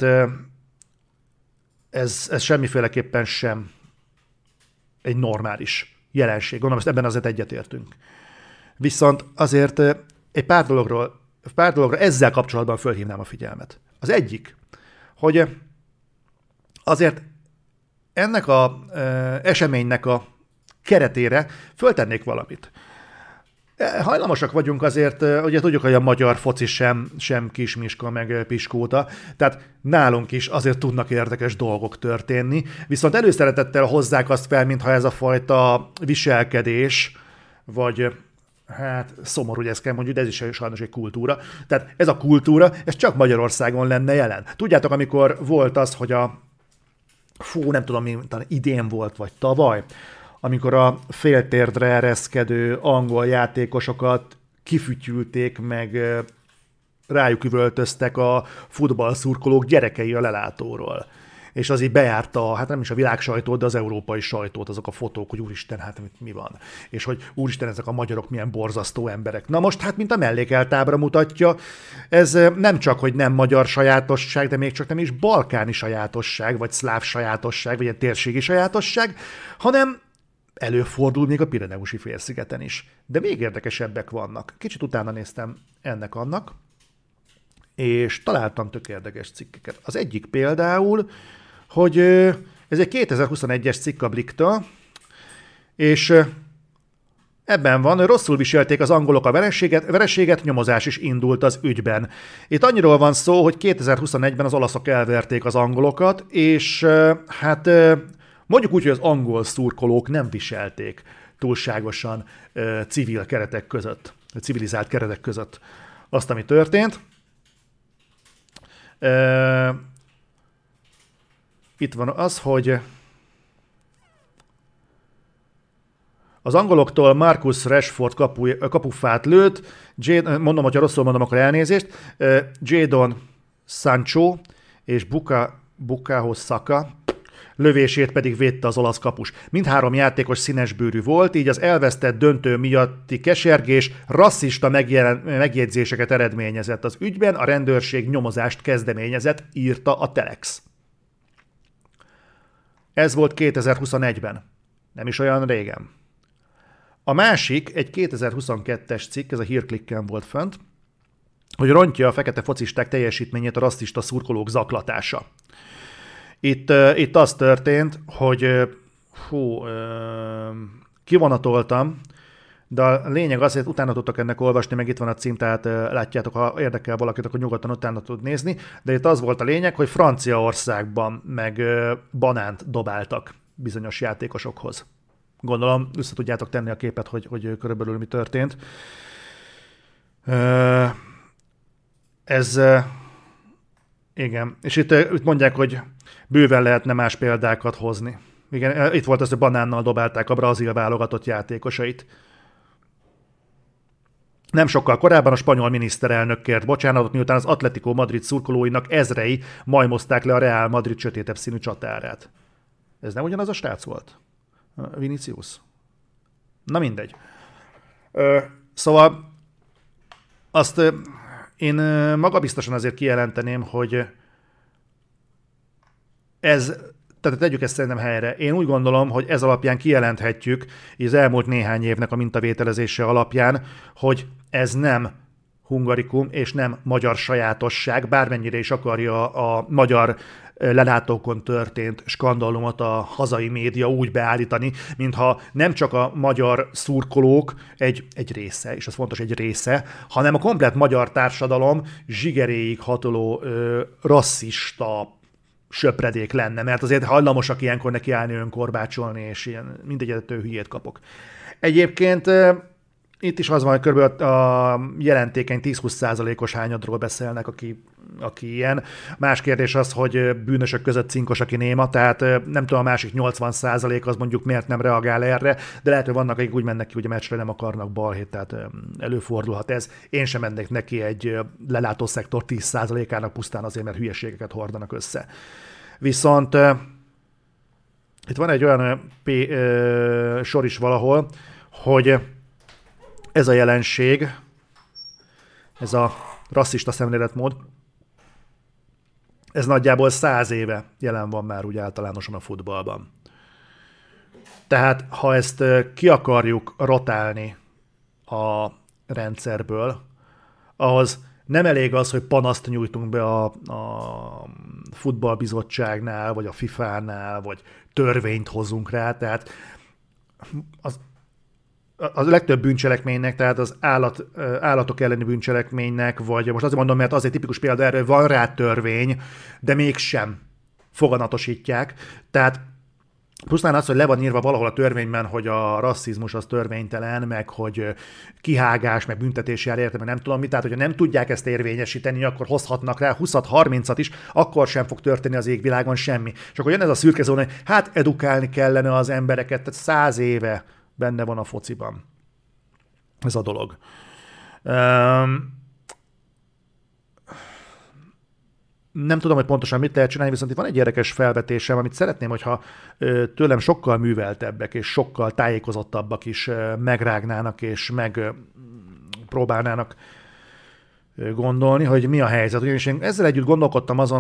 ez semmiféleképpen sem egy normális jelenség. Gondolom, ezt ebben azért egyetértünk. Viszont azért egy pár dologra ezzel kapcsolatban fölhívnám a figyelmet. Az egyik, hogy azért ennek az eseménynek a keretére föltennék valamit. Hajlamosak vagyunk azért, ugye tudjuk, hogy a magyar foci sem Kismiska meg Piskóta, tehát nálunk is azért tudnak érdekes dolgok történni, viszont előszeretettel hozzák azt fel, mintha ez a fajta viselkedés, vagy hát szomorú, hogy ezt kell mondjuk, de ez is sajnos egy kultúra. Tehát ez a kultúra, ez csak Magyarországon lenne jelen. Tudjátok, amikor volt az, hogy nem tudom, talán idén volt, vagy tavaly, amikor a féltérdre ereszkedő angol játékosokat kifütyülték, meg rájuk üvöltöztek a futballszurkolók gyerekei a lelátóról. És az így bejárta, hát nem is a világ sajtót, de az európai sajtót, azok a fotók, hogy úristen, hát mi van. És hogy úristen, ezek a magyarok milyen borzasztó emberek. Na most, hát mint a mellékelt ábra mutatja, ez nem csak, hogy nem magyar sajátosság, de még csak nem is balkáni sajátosság, vagy szláv sajátosság, vagy egy térségi sajátosság, hanem előfordul még a Pireneusi félszigeten is. De még érdekesebbek vannak. Kicsit utána néztem ennek-annak, és találtam tök érdekes cikkeket. Az egyik például, hogy ez egy 2021-es cikk a Blicktől, és ebben van, rosszul viselték az angolok a vereséget, nyomozás is indult az ügyben. Itt annyiról van szó, hogy 2021-ben az olaszok elverték az angolokat, és hát mondjuk úgy, hogy az angol szurkolók nem viselték túlságosan civilizált keretek között azt, ami történt. Itt van az, hogy az angoloktól Marcus Rashford kapufát lőtt, mondom, hogyha rosszul mondom, akkor elnézést, Jadon Sancho és Bukayo Saka lövését pedig védte az olasz kapus. Mindhárom játékos színesbőrű volt, így az elvesztett döntő miatti kesergés rasszista megjegyzéseket eredményezett az ügyben, a rendőrség nyomozást kezdeményezett, írta a Telex. Ez volt 2021-ben. Nem is olyan régen. A másik, egy 2022-es cikk, ez a hírklikken volt fönt, hogy rontja a fekete focisták teljesítményét a rasszista szurkolók zaklatása. Itt az történt, hogy kivonatoltam, de a lényeg az, hogy utána tudtok ennek olvasni, meg itt van a cím, tehát látjátok, ha érdekel valakit, akkor nyugodtan utána tud nézni, de itt az volt a lényeg, hogy Franciaországban meg banánt dobáltak bizonyos játékosokhoz. Gondolom, össze tudjátok tenni a képet, hogy körülbelül mi történt. Igen, és itt mondják, hogy bőven lehetne más példákat hozni. Igen, itt volt az, hogy banánnal dobálták a brazil válogatott játékosait. Nem sokkal korábban a spanyol miniszterelnök kért bocsánatot, miután az Atletico Madrid szurkolóinak ezrei majmozták le a Real Madrid sötétebb színű csatárát. Ez nem ugyanaz a srác volt? Vinicius? Na mindegy. Szóval azt én magabiztosan azért kijelenteném, hogy tehát tegyük ezt szerintem helyre. Én úgy gondolom, hogy ez alapján kijelenthetjük, az elmúlt néhány évnek a mintavételezése alapján, hogy ez nem hungarikum és nem magyar sajátosság, bármennyire is akarja a magyar lelátókon történt skandalumot a hazai média úgy beállítani, mintha nem csak a magyar szurkolók egy része, és az fontos, egy része, hanem a komplett magyar társadalom zsigeréig hatoló rasszista söpredék lenne, mert azért hajlamosak ilyenkor nekiállni önkorbácsolni, és ilyen mindegyettől hülyét kapok. Egyébként itt is az van, hogy kb. A jelentékeny 10-20%-os hányadról beszélnek, aki ilyen. Más kérdés az, hogy bűnösök között cinkos, aki néma, tehát nem tudom, a másik 80% az mondjuk miért nem reagál erre, de lehet, hogy vannak, akik úgy mennek ki, hogy a meccsre nem akarnak balhét, tehát előfordulhat ez. Én sem mennék neki egy lelátószektor 10%-ának pusztán azért, mert hülyeségeket hordanak össze. Viszont itt van egy olyan sor is valahol, hogy ez a jelenség, ez a rasszista szemléletmód, Ez nagyjából 100 éve jelen van már úgy általánosan a futballban. Tehát ha ezt ki akarjuk rotálni a rendszerből, ahhoz nem elég az, hogy panaszt nyújtunk be a futballbizottságnál, vagy a FIFA-nál, vagy törvényt hozunk rá, tehát a legtöbb bűncselekménynek, tehát az állatok elleni bűncselekménynek, vagy most azért mondom, mert azért tipikus példa erre, van rá törvény, de mégsem foganatosítják. Tehát pusztán az, hogy le van írva valahol a törvényben, hogy a rasszizmus az törvénytelen, meg hogy kihágás, meg büntetés jár érte, meg nem tudom mit, tehát hogyha nem tudják ezt érvényesíteni, akkor hozhatnak rá 20-30-at is, akkor sem fog történni az égvilágon semmi. És akkor jön ez a szürke zóna, hogy hát edukálni kellene az embereket, tehát 100 éve benne van a fociban ez a dolog. Nem tudom, hogy pontosan mit lehet csinálni, viszont itt van egy érdekes felvetésem, amit szeretném, hogyha tőlem sokkal műveltebbek és sokkal tájékozottabbak is megrágnának és megpróbálnának gondolni, hogy mi a helyzet. Ugyanis én ezzel együtt gondolkodtam azon,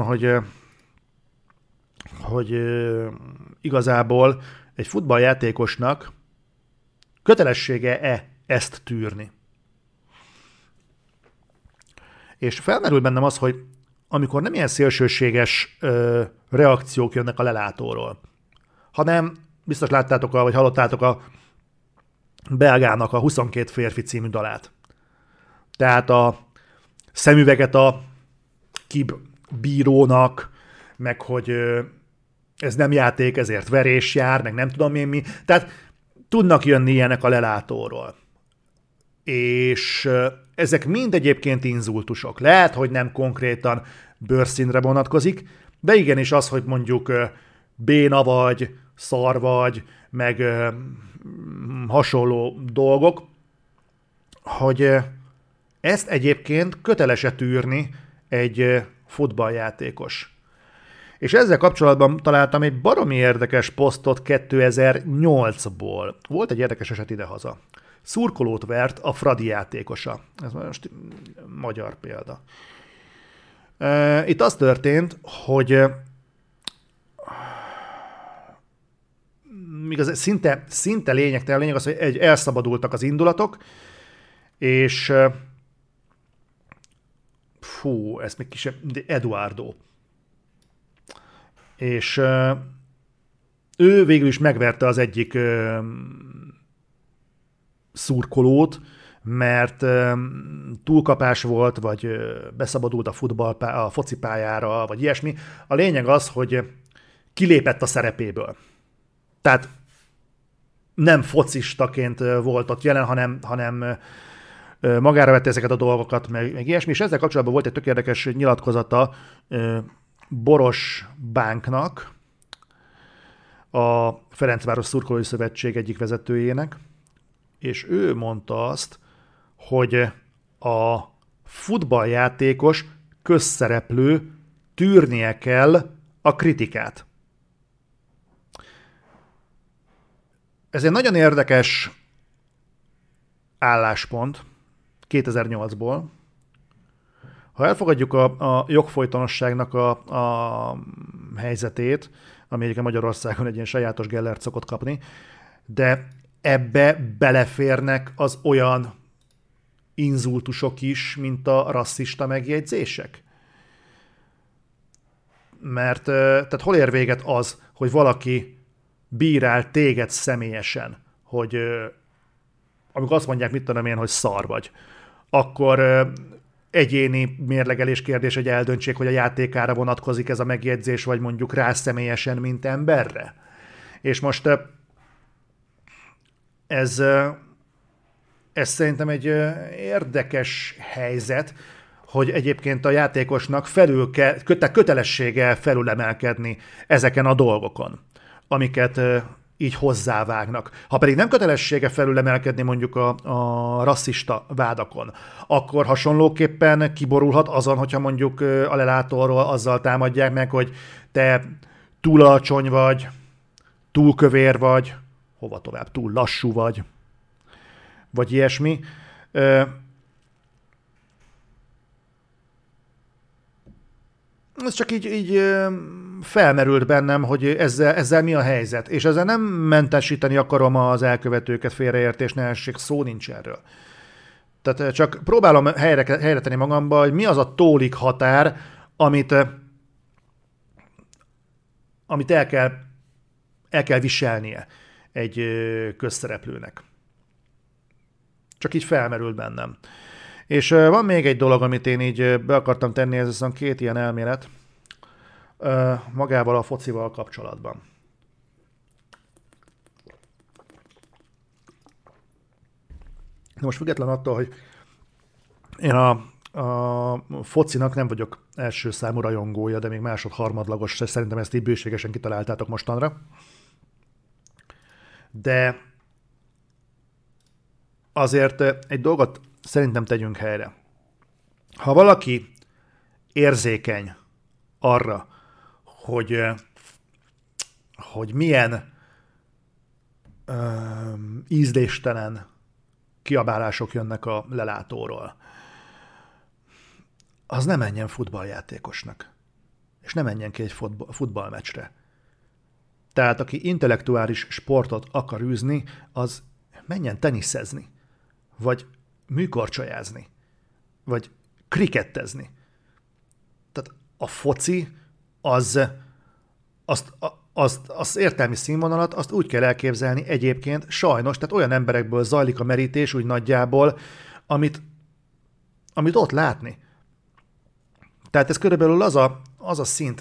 hogy igazából egy futballjátékosnak kötelessége-e ezt tűrni. És felmerül bennem az, hogy amikor nem ilyen szélsőséges reakciók jönnek a lelátóról, hanem biztos láttátok, vagy hallottátok a belgának a 22 férfi című dalát. Tehát a szemüveget a bírónak, meg hogy ez nem játék, ezért verés jár, meg nem tudom én mi. Tehát tudnak jönni ilyenek a lelátóról. És ezek mind egyébként inzultusok. Lehet, hogy nem konkrétan bőrszínre vonatkozik, de igenis az, hogy mondjuk béna vagy, szar vagy, meg hasonló dolgok, hogy ezt egyébként köteles-e tűrni egy futballjátékos. És ezzel kapcsolatban találtam egy baromi érdekes posztot 2008-ból. Volt egy érdekes eset idehaza. Szurkolót vert a Fradi játékosa. Ez most magyar példa. Itt az történt, hogy igaz, szinte lényegtelen, lényeg az, hogy elszabadultak az indulatok, és ez még kisebb, Eduardo. És ő végül is megverte az egyik szurkolót, mert túlkapás volt, vagy beszabadult a focipályára, vagy ilyesmi. A lényeg az, hogy kilépett a szerepéből. Tehát nem focistaként volt ott jelen, hanem magára vette ezeket a dolgokat, meg ilyesmi, és ezzel kapcsolatban volt egy tök érdekes nyilatkozata Boros Bánknak, a Ferencváros Szurkolói Szövetség egyik vezetőjének, és ő mondta azt, hogy a futballjátékos közszereplő tűrnie kell a kritikát. Ez egy nagyon érdekes álláspont 2008-ból. Ha elfogadjuk a jogfolytonosságnak a helyzetét, ami egyébként Magyarországon egy ilyen sajátos Gellert szokott kapni, de ebbe beleférnek az olyan inzultusok is, mint a rasszista megjegyzések. Mert tehát hol ér véget az, hogy valaki bírál téged személyesen, hogy amikor azt mondják, mit tudom én, hogy szar vagy, akkor egyéni mérlegelés kérdés, hogy eldöntsék, hogy a játékára vonatkozik ez a megjegyzés, vagy mondjuk rá személyesen, mint emberre. És most ez szerintem egy érdekes helyzet, hogy egyébként a játékosnak kötelessége felülemelkedni ezeken a dolgokon, amiket így hozzávágnak. Ha pedig nem kötelessége felülemelkedni mondjuk a rasszista vádakon, akkor hasonlóképpen kiborulhat azon, hogyha mondjuk a lelátóról azzal támadják meg, hogy te túl alacsony vagy, túl kövér vagy, hova tovább, túl lassú vagy ilyesmi. Ez csak így felmerült bennem, hogy ezzel mi a helyzet. És ezzel nem mentesíteni akarom az elkövetőket, félreértés, ne essék, szó nincs erről. Tehát csak próbálom helyre tenni magamba, hogy mi az a tólik határ, amit el kell viselnie egy közszereplőnek. Csak így felmerült bennem. És van még egy dolog, amit én így be akartam tenni, ez viszont 2 ilyen elmélet magával a focival kapcsolatban. Most független attól, hogy én a focinak nem vagyok első számú rajongója, de még másod-harmadlagos, szerintem ezt így bőségesen kitaláltátok mostanra. De azért egy dolgot szerintem tegyünk helyre. Ha valaki érzékeny arra, hogy milyen ízléstelen kiabálások jönnek a lelátóról, az ne menjen futballjátékosnak. És ne menjen ki egy futballmeccsre. Tehát aki intellektuális sportot akar űzni, az menjen teniszezni, vagy műkorcsolyázni, vagy krikettezni. Tehát a foci az értelmi színvonalat azt úgy kell elképzelni egyébként sajnos, tehát olyan emberekből zajlik a merítés úgy nagyjából, amit ott látni. Tehát ez körülbelül az a szint.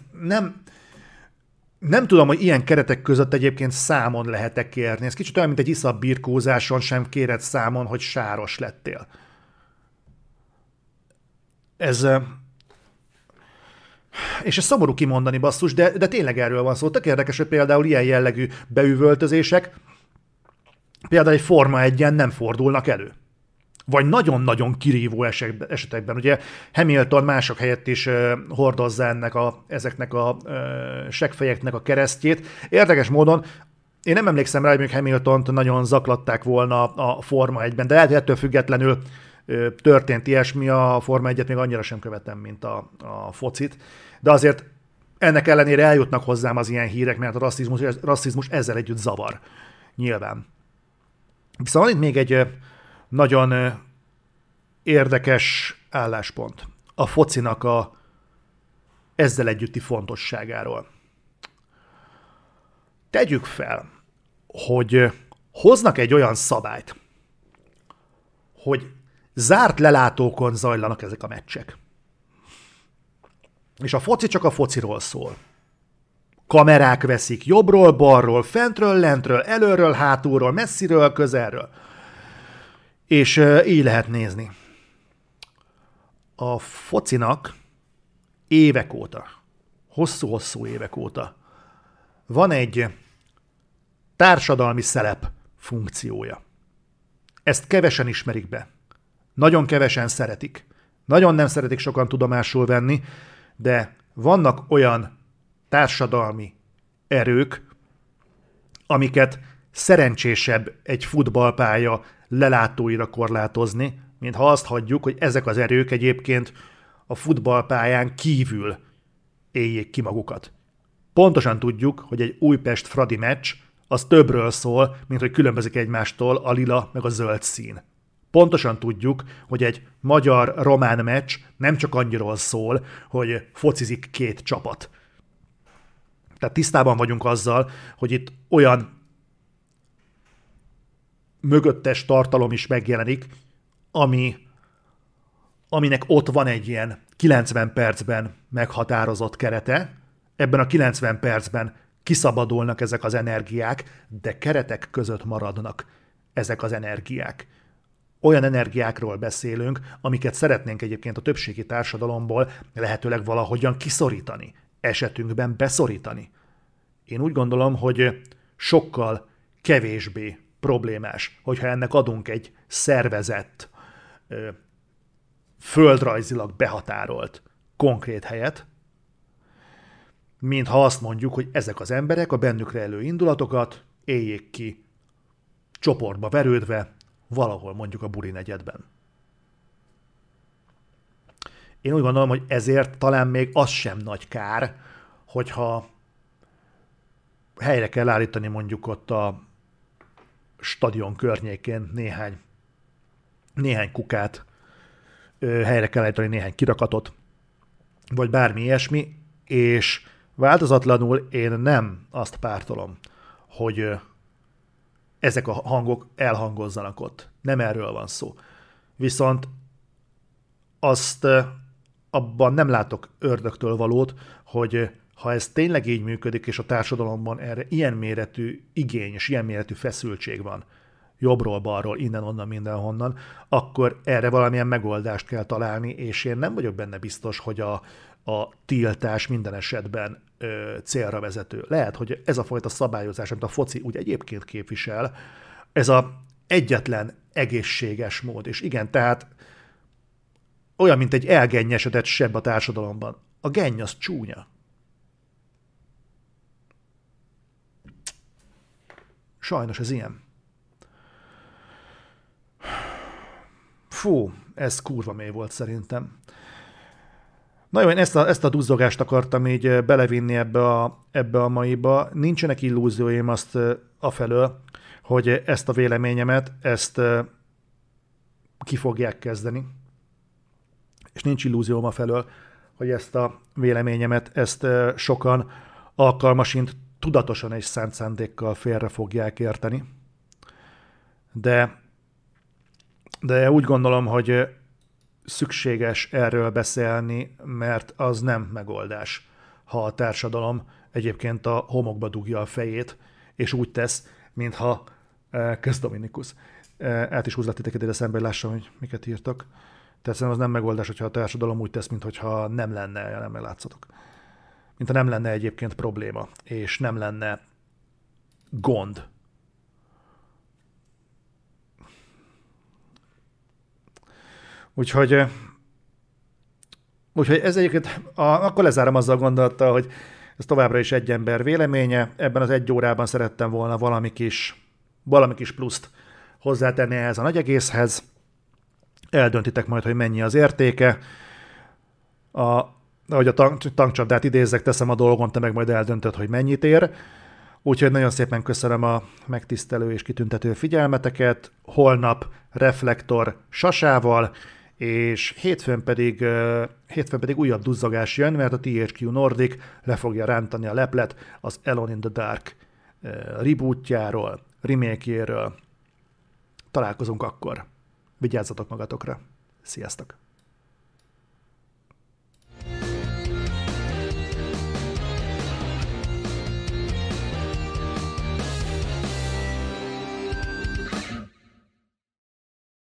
Nem tudom, hogy ilyen keretek között egyébként számon lehet-e kérni. Ez kicsit olyan, mint egy iszap birkózáson sem kéred számon, hogy sáros lettél. És ez szomorú kimondani, basszus, de tényleg erről van szó. Tök érdekes, hogy például ilyen jellegű beüvöltözések például egy Forma 1-en nem fordulnak elő. Vagy nagyon-nagyon kirívó esetekben. Ugye Hamilton mások helyett is hordozza ezeknek a seggfejeknek a keresztjét. Érdekes módon én nem emlékszem rá, hogy még Hamiltont nagyon zaklatták volna a Forma 1-ben, de ettől függetlenül történt ilyesmi, a Forma 1-et még annyira sem követem, mint a focit. De azért ennek ellenére eljutnak hozzám az ilyen hírek, mert a rasszizmus ezzel együtt zavar. Nyilván. Viszont van itt még egy nagyon érdekes álláspont a focinak ezzel együtti fontosságáról. Tegyük fel, hogy hoznak egy olyan szabályt, hogy zárt lelátókon zajlanak ezek a meccsek. És a foci csak a fociról szól. Kamerák veszik jobbról, balról, fentről, lentről, előről, hátulról, messziről, közelről. És így lehet nézni. A focinak évek óta, hosszú-hosszú évek óta van egy társadalmi szelep funkciója. Ezt kevesen ismerik be. Nagyon kevesen szeretik. Nagyon nem szeretik sokan tudomásul venni, de vannak olyan társadalmi erők, amiket szerencsésebb egy futballpálya lelátóira korlátozni, mint ha azt hagyjuk, hogy ezek az erők egyébként a futballpályán kívül éljék ki magukat. Pontosan tudjuk, hogy egy Újpest-Fradi meccs az többről szól, mint hogy különbözik egymástól a lila meg a zöld szín. Pontosan tudjuk, hogy egy magyar-román meccs nem csak annyiról szól, hogy focizik 2 csapat. Tehát tisztában vagyunk azzal, hogy itt olyan mögöttes tartalom is megjelenik, aminek ott van egy ilyen 90 percben meghatározott kerete. Ebben a 90 percben kiszabadulnak ezek az energiák, de keretek között maradnak ezek az energiák. Olyan energiákról beszélünk, amiket szeretnénk egyébként a többségi társadalomból lehetőleg valahogyan kiszorítani, esetünkben beszorítani. Én úgy gondolom, hogy sokkal kevésbé problémás, hogyha ennek adunk egy szervezett, földrajzilag behatárolt, konkrét helyet, mint ha azt mondjuk, hogy ezek az emberek a bennük rejlő indulatokat éljék ki csoportba verődve, valahol mondjuk a buli negyedben. Én úgy gondolom, hogy ezért talán még az sem nagy kár, hogyha helyre kell állítani mondjuk ott a stadion környékén néhány kukát, helyre kell állítani néhány kirakatot, vagy bármi ilyesmi, és változatlanul én nem azt pártolom, hogy ezek a hangok elhangozzanak ott. Nem erről van szó. Viszont azt abban nem látok ördögtől valót, hogy ha ez tényleg így működik, és a társadalomban erre ilyen méretű igény és ilyen méretű feszültség van, jobbról, balról, innen-onnan, mindenhonnan, akkor erre valamilyen megoldást kell találni, és én nem vagyok benne biztos, hogy a tiltás minden esetben célra vezető. Lehet, hogy ez a fajta szabályozás, amit a foci úgy egyébként képvisel, ez a egyetlen egészséges mód. És igen, tehát olyan, mint egy elgennyesedett seb a társadalomban. A genny az csúnya. Sajnos ez ilyen. Fú, ez kurva mély volt szerintem. Na jó, én ezt a duzzogást akartam így belevinni ebbe a maiba. Nincsenek illúzióim azt afelől, hogy ezt a véleményemet, ezt ki fogják kezdeni. És nincs illúzióm afelől, hogy ezt a véleményemet, ezt sokan alkalmasint tudatosan és szánt szándékkal félre fogják érteni. De úgy gondolom, hogy szükséges erről beszélni, mert az nem megoldás, ha a társadalom egyébként a homokba dugja a fejét, és úgy tesz, mintha kösz Dominikus. Át is húzlak titeket ide szembe, hogy lássam, hogy miket írtak. Tehát szerintem az nem megoldás, hogyha a társadalom úgy tesz, mintha nem lenne, nem látszatok. Mintha nem lenne egyébként probléma, és nem lenne gond. Úgyhogy ez egyébként, akkor lezárom azzal a gondolattal, hogy ez továbbra is egy ember véleménye. Ebben az egy órában szerettem volna valami kis pluszt hozzátenni ehhez a nagy egészhez. Eldöntitek majd, hogy mennyi az értéke. Ahogy a tankcsapdát idézzek, teszem a dolgom, te meg majd eldöntöd, hogy mennyit ér. Úgyhogy nagyon szépen köszönöm a megtisztelő és kitüntető figyelmeteket. Holnap Reflektor Sasával, és hétfőn pedig újabb duzzogás jön, mert a THQ Nordic le fogja rántani a leplet az Alone in the Dark rebootjáról, remake-jéről. Találkozunk akkor. Vigyázzatok magatokra. Sziasztok!